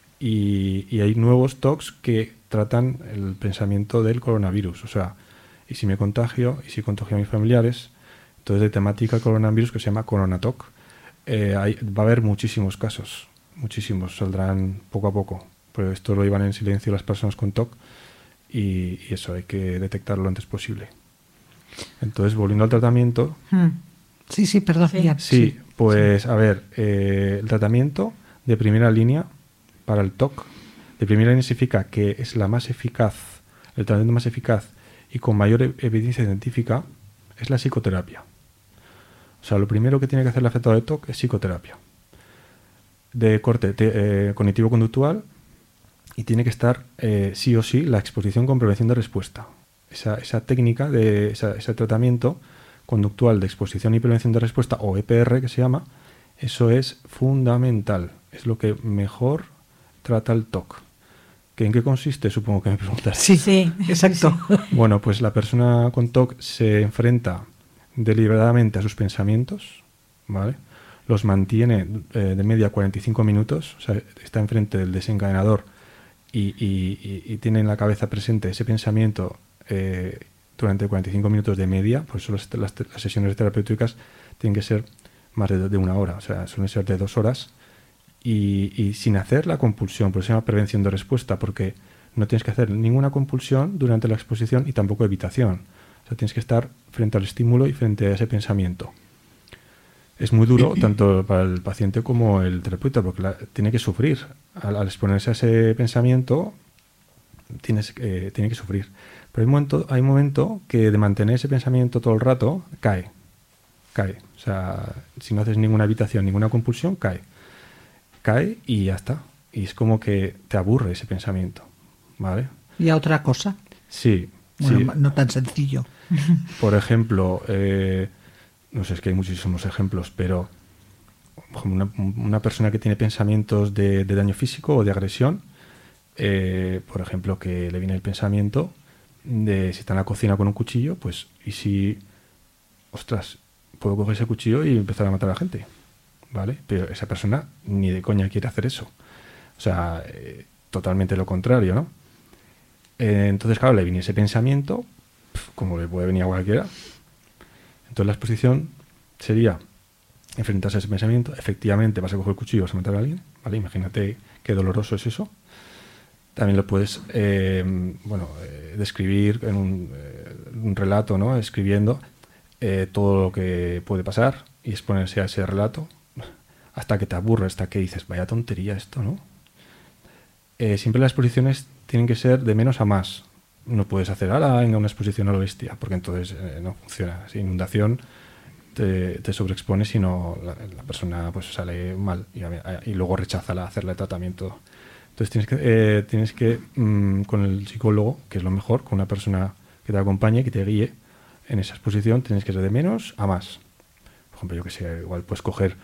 Y, y hay nuevos T O Cs que tratan el pensamiento del coronavirus, o sea, y si me contagio, y si contagio a mis familiares, entonces de temática coronavirus que se llama Coronatoc. Eh, hay, va a haber muchísimos casos, muchísimos, saldrán poco a poco, pero esto lo llevan en silencio las personas con T O C y, y eso hay que detectarlo lo antes posible. Entonces, volviendo al tratamiento... Hmm. Sí, sí, perdón. Sí, ya, sí, sí. pues a ver, eh, el tratamiento de primera línea para el T O C, de primera línea significa que es la más eficaz, el tratamiento más eficaz y con mayor e- evidencia científica, es la psicoterapia. O sea, lo primero que tiene que hacer el afectado de T O C es psicoterapia. De corte te, eh, cognitivo-conductual y tiene que estar eh, sí o sí la exposición con prevención de respuesta. Esa, esa técnica, de esa, ese tratamiento conductual de exposición y prevención de respuesta, o E P R que se llama, eso es fundamental. Es lo que mejor trata el T O C. ¿Que ¿En qué consiste? Supongo que me preguntas. Sí, Sí, exacto. sí. Bueno, pues la persona con T O C se enfrenta deliberadamente a sus pensamientos, ¿vale? Los mantiene eh, de media cuarenta y cinco minutos, o sea, está enfrente del desencadenador y, y, y, y tiene en la cabeza presente ese pensamiento eh, durante cuarenta y cinco minutos de media. Por eso las, las, las sesiones terapéuticas tienen que ser más de, de una hora, o sea, suelen ser de dos horas y, y sin hacer la compulsión, por eso se llama prevención de respuesta, porque no tienes que hacer ninguna compulsión durante la exposición y tampoco evitación. O sea, tienes que estar frente al estímulo y frente a ese pensamiento. Es muy duro tanto para el paciente como el terapeuta, porque la, tiene que sufrir. Al, al exponerse a ese pensamiento, tienes, eh, tiene que sufrir. Pero hay un, momento, hay un momento que de mantener ese pensamiento todo el rato, cae. Cae. O sea, si no haces ninguna evitación, ninguna compulsión, cae. Cae y ya está. Y es como que te aburre ese pensamiento. ¿Vale? ¿Y a otra cosa? Sí. Bueno, sí. no tan sencillo. Por ejemplo, eh, no sé, es que hay muchísimos ejemplos, pero una, una persona que tiene pensamientos de, de daño físico o de agresión, eh, por ejemplo, que le viene el pensamiento de si está en la cocina con un cuchillo, pues, y si, ostras, puedo coger ese cuchillo y empezar a matar a la gente, ¿vale? Pero esa persona ni de coña quiere hacer eso. O sea, eh, totalmente lo contrario, ¿no? Eh, entonces, claro, le viene ese pensamiento, pf, como le puede venir a cualquiera. Entonces la exposición sería enfrentarse a ese pensamiento. Efectivamente vas a coger el cuchillo y vas a matar a alguien, ¿vale? Imagínate qué doloroso es eso. También lo puedes eh, bueno, eh, describir en un, eh, un relato, ¿no? Escribiendo eh, todo lo que puede pasar y exponerse a ese relato hasta que te aburre, hasta que dices, vaya tontería esto, ¿no? Eh, siempre las exposiciones tienen que ser de menos a más. No puedes hacer, ala, venga, una exposición a la bestia, porque entonces eh, no funciona. Si inundación te, te sobreexpones y no, la, la persona pues sale mal y, y luego rechaza la, hacerle tratamiento. Entonces tienes que, eh, tienes que mmm, con el psicólogo, que es lo mejor, con una persona que te acompañe, que te guíe en esa exposición, tienes que ser de menos a más. Por ejemplo, yo que sé, igual puedes coger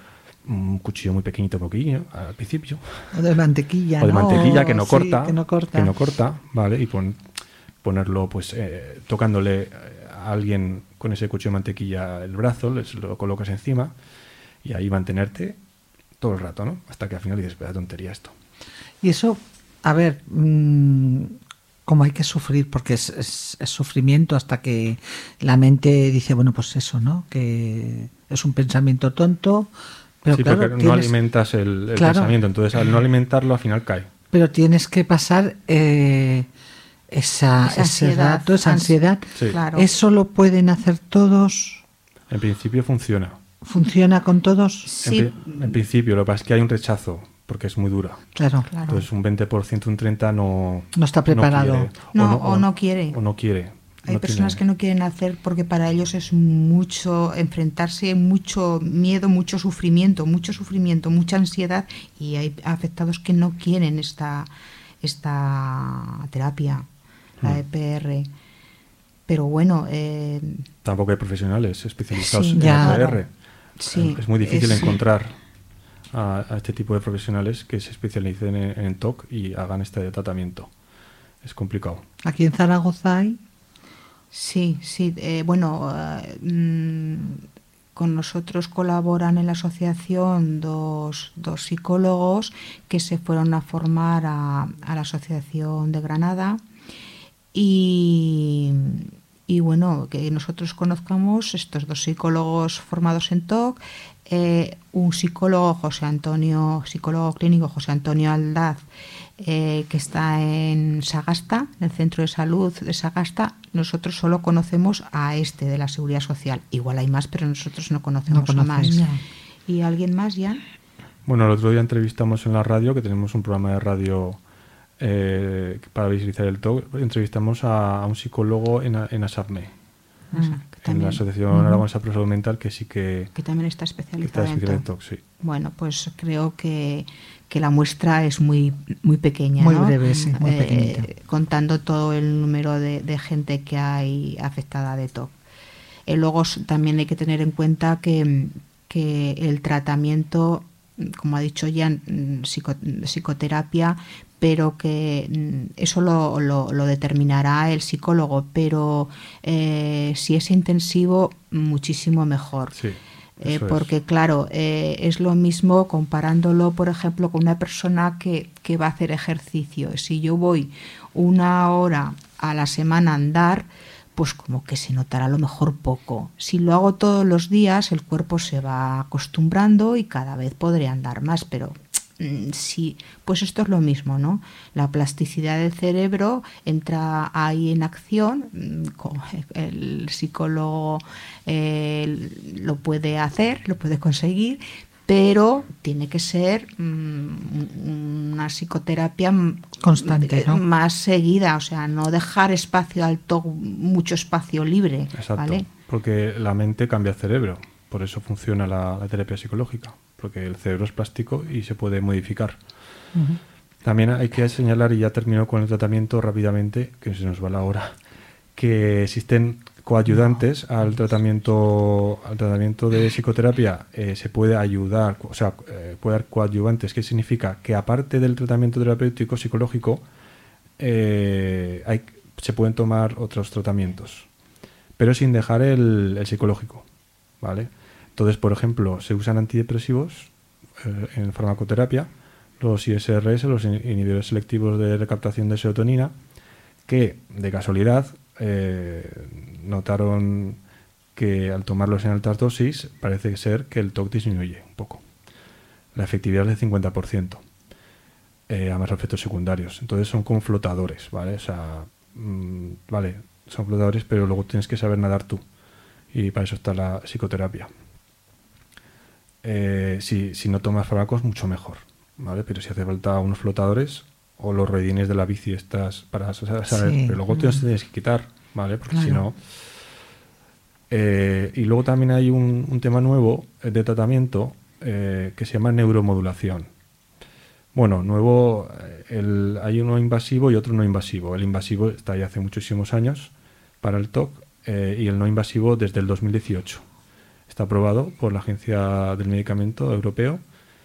un cuchillo muy pequeñito, poquillo, al principio. O de mantequilla, O de ¿no? mantequilla que no Sí, corta. que no corta. que no corta, ¿vale? Y pon- ponerlo, pues, eh, tocándole a alguien con ese cuchillo de mantequilla el brazo, les lo colocas encima y ahí mantenerte todo el rato, ¿no? Hasta que al final dices, vaya tontería esto. Y eso, a ver, mmm, como hay que sufrir, porque es, es, es sufrimiento hasta que la mente dice, bueno, pues eso, ¿no? Que es un pensamiento tonto, pero sí, claro, porque no tienes, alimentas el, el Claro. pensamiento, entonces al no alimentarlo al final cae. pero tienes que pasar eh, esa, Esa ese ansiedad, rato, esa ans- ansiedad. Sí. Claro. ¿Eso lo pueden hacer todos? En principio funciona. ¿Funciona con todos? Sí, En, pri- en principio, lo que pasa es que hay un rechazo, porque es muy dura. Claro. claro. Entonces un veinte por ciento, un treinta por ciento no, No está preparado. quiere. No, o no quiere. O no quiere. Hay No personas que tiene- no quieren hacer porque para ellos es mucho enfrentarse, mucho miedo, mucho sufrimiento, mucho sufrimiento, mucha ansiedad, y hay afectados que no quieren esta, esta terapia, la Mm. E P R. Pero bueno, eh, Tampoco hay profesionales especializados Sí, en ya. E P R. sí, Es muy difícil es- encontrar a, a este tipo de profesionales que se especialicen en, en T O C y hagan este tratamiento. Es complicado. Aquí en Zaragoza hay. Sí, sí. eh, bueno, eh, mm, con nosotros colaboran en la asociación dos, dos psicólogos que se fueron a formar a, a la Asociación de Granada y, y bueno, que nosotros conozcamos estos dos psicólogos formados en T O C, eh, un psicólogo, José Antonio, psicólogo clínico José Antonio Aldaz, eh, que está en Sagasta, en el centro de salud de Sagasta. Nosotros solo conocemos a este de la Seguridad Social. Igual hay más, pero nosotros no conocemos No a más. conocéis. ¿Y alguien más, Jan? Bueno, el otro día entrevistamos en la radio, que tenemos un programa de radio eh, para visibilizar el T O C, entrevistamos a, a un psicólogo en, a- en ASAPME, O sea, que en la también, Asociación Aragonesa de Salud Mental, que sí que, que también está que está especializada en especializada en T O C. T O C, sí. Bueno, pues creo que, que la muestra es muy muy pequeña, Muy ¿no? breve, sí, muy Eh, pequeñita. contando todo el número de, de gente que hay afectada de T O C. Eh, luego s- también hay que tener en cuenta que, que el tratamiento, como ha dicho Jan, mm, psico- psicoterapia, pero que mm, eso lo, lo- lo determinará el psicólogo, pero eh, si es intensivo, muchísimo mejor. Sí, Eh, eso es. porque claro, eh, es lo mismo comparándolo, por ejemplo, con una persona que, que va a hacer ejercicio. Si yo voy una hora a la semana a andar, pues como que se notará a lo mejor poco. Si lo hago todos los días, el cuerpo se va acostumbrando y cada vez podré andar más, pero mm, sí, pues esto es lo mismo, ¿no? La plasticidad del cerebro entra ahí en acción, mm, co- el psicólogo eh, lo puede hacer, lo puede conseguir, pero tiene que ser mm, una psicoterapia m- Constante, ¿no? más seguida, o sea, no dejar espacio al T O C, mucho espacio libre, Exacto, ¿vale? porque la mente cambia el cerebro, por eso funciona la, la terapia psicológica, porque el cerebro es plástico y se puede modificar. También hay que señalar, y ya termino con el tratamiento rápidamente, que se nos va la hora, que existen coayudantes al tratamiento al tratamiento de psicoterapia. Eh, se puede ayudar, o sea, eh, puede haber coadyuvantes, que significa que aparte del tratamiento terapéutico psicológico eh, hay, se pueden tomar otros tratamientos, pero sin dejar el, el psicológico, ¿vale? Entonces, por ejemplo, se usan antidepresivos eh, en farmacoterapia, los I S R S, los in- inhibidores selectivos de recaptación de serotonina, que de casualidad eh, notaron que al tomarlos en altas dosis parece ser que el T O C disminuye un poco. La efectividad es del cincuenta por ciento, eh, a más efectos secundarios. Entonces son como flotadores, ¿vale? O sea, mm, vale, son flotadores, pero luego tienes que saber nadar tú. Y para eso está la psicoterapia. Eh, si, si no tomas fármacos, mucho mejor, ¿vale? Pero si hace falta unos flotadores o los ruedines de la bici estas para saber, Sí. pero luego te los tienes que quitar, ¿vale? Porque si Claro. no... Eh, y luego también hay un, un tema nuevo eh, de tratamiento eh, que se llama neuromodulación. Bueno, nuevo, eh, el, hay uno invasivo y otro no invasivo. El invasivo está ahí hace muchísimos años para el T O C eh, y el no invasivo desde el dos mil dieciocho. está aprobado por la Agencia del Medicamento Europeo.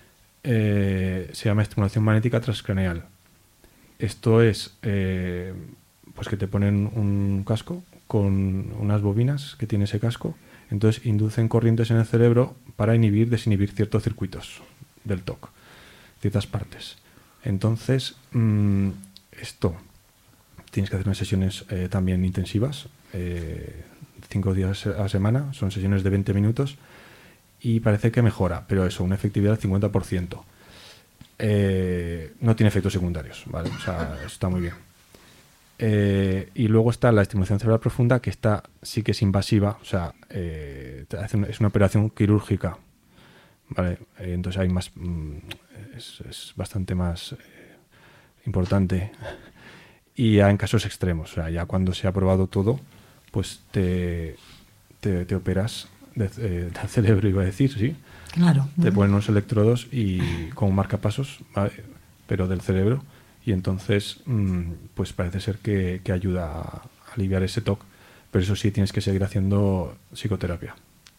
Eh, se llama estimulación magnética transcraneal. Esto es eh, pues que te ponen un casco con unas bobinas que tiene ese casco, entonces inducen corrientes en el cerebro para inhibir, desinhibir ciertos circuitos del T O C, ciertas partes. Entonces, mmm, esto tienes que hacer unas sesiones eh, también intensivas, eh, cinco días a la semana, son sesiones de veinte minutos y parece que mejora, pero eso, una efectividad del cincuenta por ciento. Eh, no tiene efectos secundarios, ¿vale? O sea, está muy bien. Eh, y luego está la estimulación cerebral profunda, que esta sí que es invasiva, o sea, eh, hace una, es una operación quirúrgica, ¿vale? Eh, entonces hay más, mm, es, es bastante más eh, importante. Y ya en casos extremos, o sea, ya cuando se ha probado todo, pues te, te, te operas de, eh, del cerebro, iba a decir, sí. Claro. Te ponen unos electrodos y como marcapasos, ¿vale? Pero del cerebro, y entonces mmm, pues parece ser que, que ayuda a aliviar ese T O C, pero eso sí, tienes que seguir haciendo psicoterapia.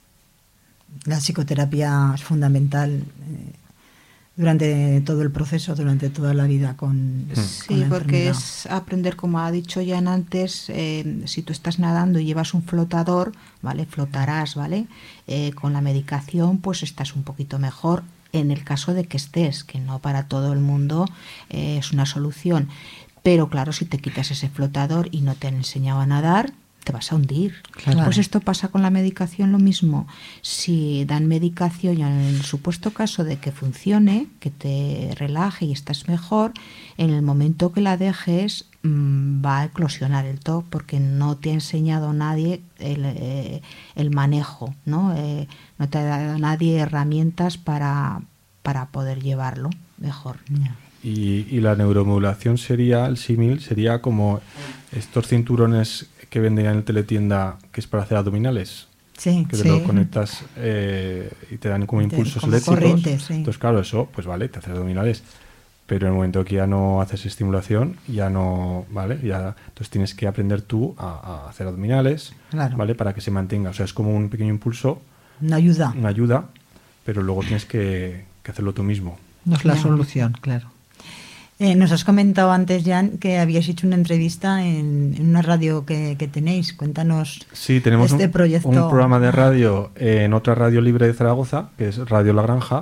La psicoterapia es fundamental eh, durante todo el proceso, durante toda la vida con, sí, con sí, la porque enfermedad. Es aprender, como ha dicho Jan antes, eh, si tú estás nadando y llevas un flotador, ¿vale? Flotarás, ¿vale? Eh, con la medicación pues estás un poquito mejor en el caso de que estés, que no para todo el mundo eh, es una solución. Pero claro, si te quitas ese flotador y no te han enseñado a nadar, te vas a hundir. Claro. Pues esto pasa con la medicación lo mismo. Si dan medicación y en el supuesto caso de que funcione, que te relaje y estás mejor, en el momento que la dejes mmm, va a eclosionar el T O C porque no te ha enseñado nadie el, eh, el manejo, ¿no? Eh, no te ha dado nadie herramientas para, para poder llevarlo mejor. Ya. Y, y la neuromodulación sería, el símil, sería como estos cinturones que venden en la teletienda, que es para hacer abdominales, Sí, que te sí. lo conectas eh, y te dan como Te- impulsos como eléctricos. corriente, sí. Entonces, claro, eso, pues vale, te hace abdominales. Pero en el momento que ya no haces estimulación, ya no, ¿vale? Ya, entonces tienes que aprender tú a, a hacer abdominales, Claro. ¿vale? Para que se mantenga. O sea, es como un pequeño impulso, Una ayuda. una ayuda, pero luego tienes que, que hacerlo tú mismo. No es la Ya. solución, claro. Eh, nos has comentado antes, Jan, que habíais hecho una entrevista en, en una radio que, que tenéis. Cuéntanos Sí, tenemos este un, proyecto. un programa de radio en otra radio libre de Zaragoza, que es Radio La Granja.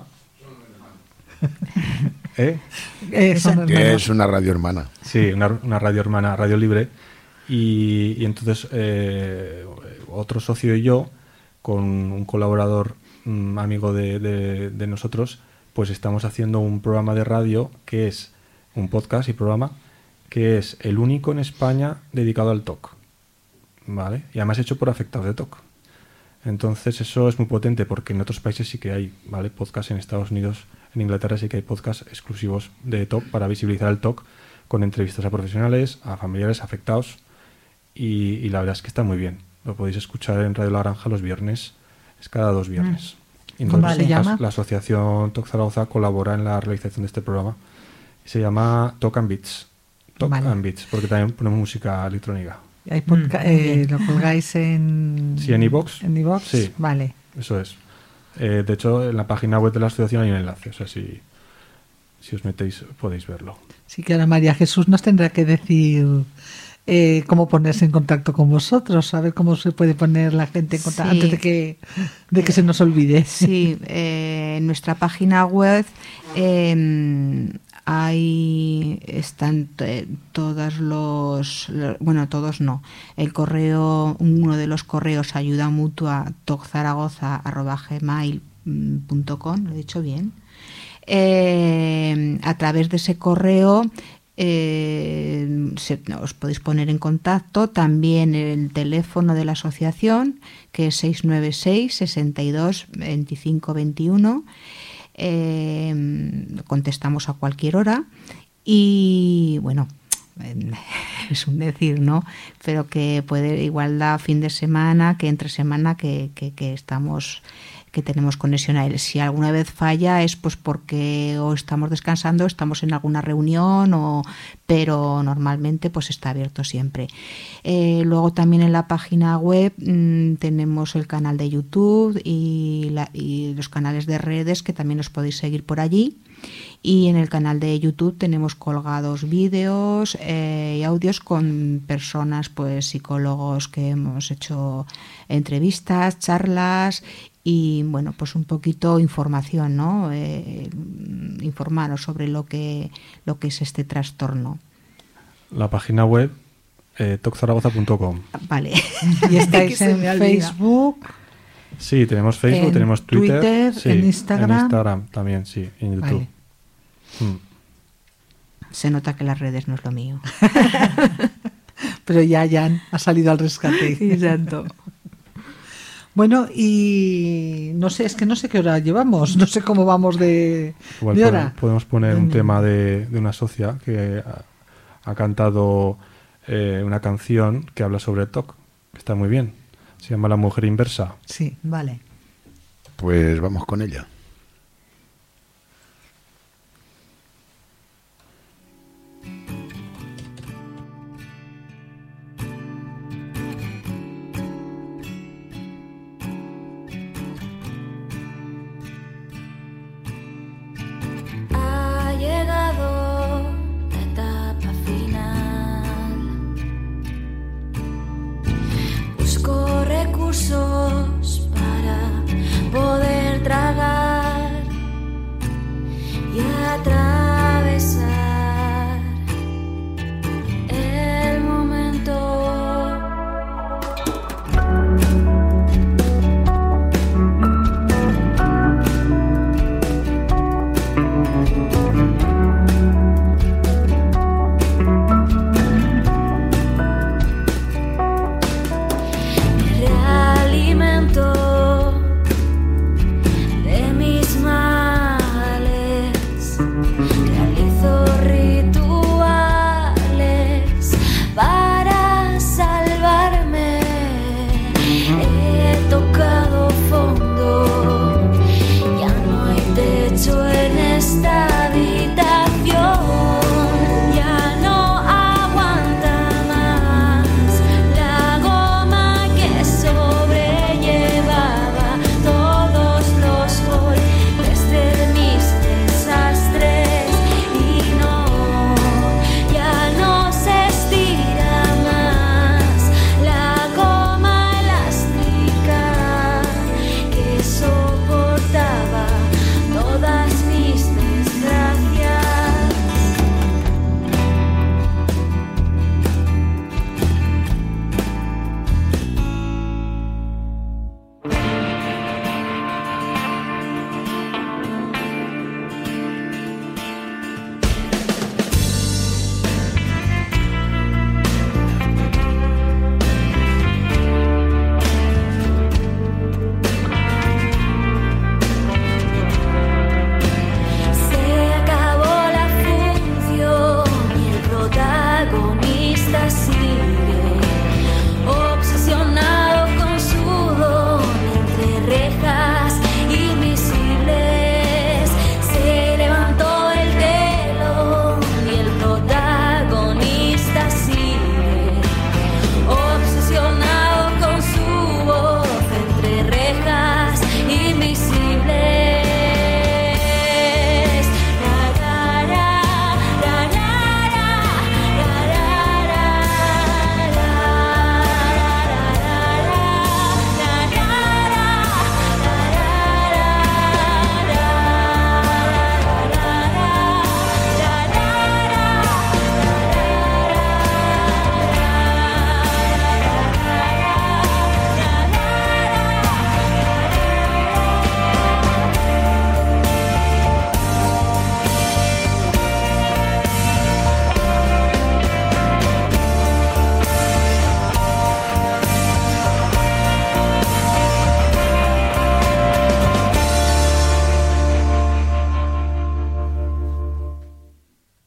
¿Eh? Eh, son Que hermanos. es una radio hermana. Sí, una, una radio hermana, Radio Libre. Y, y entonces eh, otro socio y yo, con un colaborador mm, amigo de, de- de nosotros, pues estamos haciendo un programa de radio que es un podcast y programa que es el único en España dedicado al T O C. ¿Vale? Y además hecho por afectados de T O C. Entonces eso es muy potente porque en otros países sí que hay, ¿vale? Podcast en Estados Unidos, en Inglaterra sí que hay podcasts exclusivos de T O C para visibilizar el T O C con entrevistas a profesionales, a familiares afectados y, y la verdad es que está muy bien. Lo podéis escuchar en Radio La Granja los viernes, es cada dos viernes. Y ¿Cómo entonces se la- llama? La asociación T O C Zaragoza colabora en la realización de este programa. Se llama T O C and Beats. T O C Vale. and Beats, porque también ponemos música electrónica. Hay podca- Mm, eh, bien. ¿Lo colgáis en... Sí, en iVoox. ¿En iVoox? Sí. Vale. Eso es. Eh, de hecho, en la página web de la asociación hay un enlace. O sea, si, si os metéis podéis verlo. Sí que ahora María Jesús nos tendrá que decir eh, cómo ponerse en contacto con vosotros, a ver cómo se puede poner la gente en contacto Sí. antes de que, de que se nos olvide. Sí, eh, en nuestra página web eh, ahí están eh, todos los, lo- bueno, todos no. El correo, uno de los correos ayuda mutua toczaragoza arroba gmail punto com, lo he dicho bien. Eh, a través de ese correo eh, se- os podéis poner en contacto. También el teléfono de la asociación, que es seis nueve seis, sesenta y dos, veinticinco veintiuno. Eh, contestamos a cualquier hora y bueno, es un decir, ¿no? Pero que puede igual da fin de semana que entre semana que, que, que estamos que tenemos conexión a él. Si alguna vez falla es pues porque o estamos descansando, estamos en alguna reunión, o, pero normalmente pues está abierto siempre. Eh, luego también en la página web mmm, tenemos el canal de YouTube y, la, y los canales de redes que también os podéis seguir por allí. Y en el canal de YouTube tenemos colgados vídeos eh, y audios con personas, pues psicólogos que hemos hecho entrevistas, charlas y bueno, pues un poquito información, ¿no? Eh, informaros sobre lo que lo que es este trastorno. La página web eh, toc zaragoza punto com. Vale. Y estáis en Facebook. Sí, tenemos Facebook, en tenemos Twitter, Twitter sí, en Instagram. En Instagram también, sí, en YouTube. Vale. Mm. Se nota que las redes no es lo mío. Pero ya Jan ha salido al rescate. Exacto. Bueno, y no sé, es que no sé qué hora llevamos, no sé cómo vamos de, Igual de pode- hora. podemos poner un Mm. tema de, de una socia que ha, ha cantado eh, una canción que habla sobre T O C, que está muy bien. Se llama La mujer inversa. Sí. Vale. Pues vamos con ella. Ha llegado la etapa final. Busco recursos para poder tragar y atravesar el momento. Realimento de mis males, realizo rituales para salvarme. He tocado fondo, ya no hay techo en esta habitación, ya no aguanta más la goma que sobrellevaba todos los golpes de mis desastres, y no, ya no se estira más la goma elástica que soportaba todas mis desgracias. Se acabó la función y el protagonista sigue obsesionado con su don entre rejas invisibles. Se levantó el telón y el protagonista sigue obsesionado con su voz entre rejas invisibles.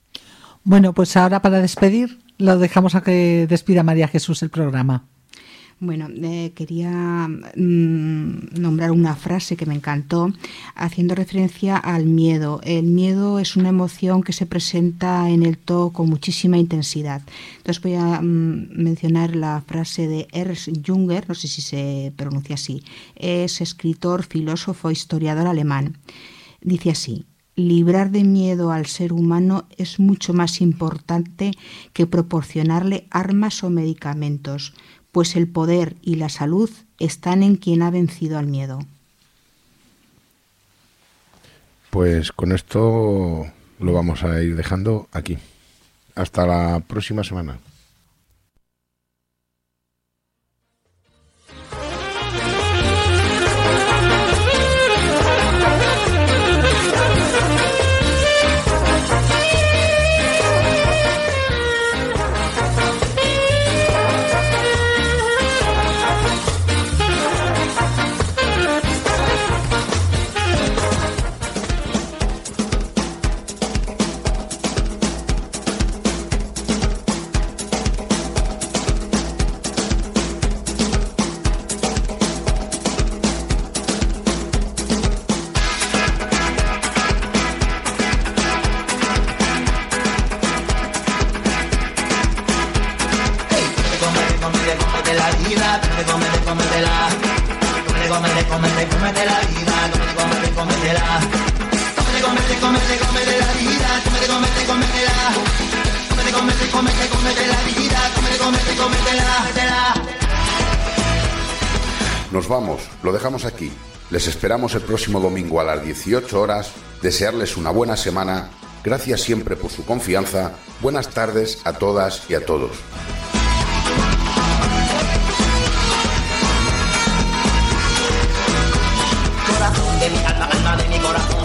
Bueno, pues ahora para despedir lo dejamos a que despida María Jesús el programa. Bueno, eh, quería mm, nombrar una frase que me encantó, haciendo referencia al miedo. El miedo es una emoción que se presenta en el T O C con muchísima intensidad. Entonces voy a mm, mencionar la frase de Ernst Jünger, no sé si se pronuncia así, es escritor, filósofo, historiador alemán. Dice así: librar de miedo al ser humano es mucho más importante que proporcionarle armas o medicamentos, pues el poder y la salud están en quien ha vencido al miedo. Pues con esto lo vamos a ir dejando aquí. Hasta la próxima semana. Nos vamos, lo dejamos aquí. Les esperamos el próximo domingo a las dieciocho horas. Desearles una buena semana. Gracias siempre por su confianza. Buenas tardes a todas y a todos. Corazón de mi alma, alma de mi corazón.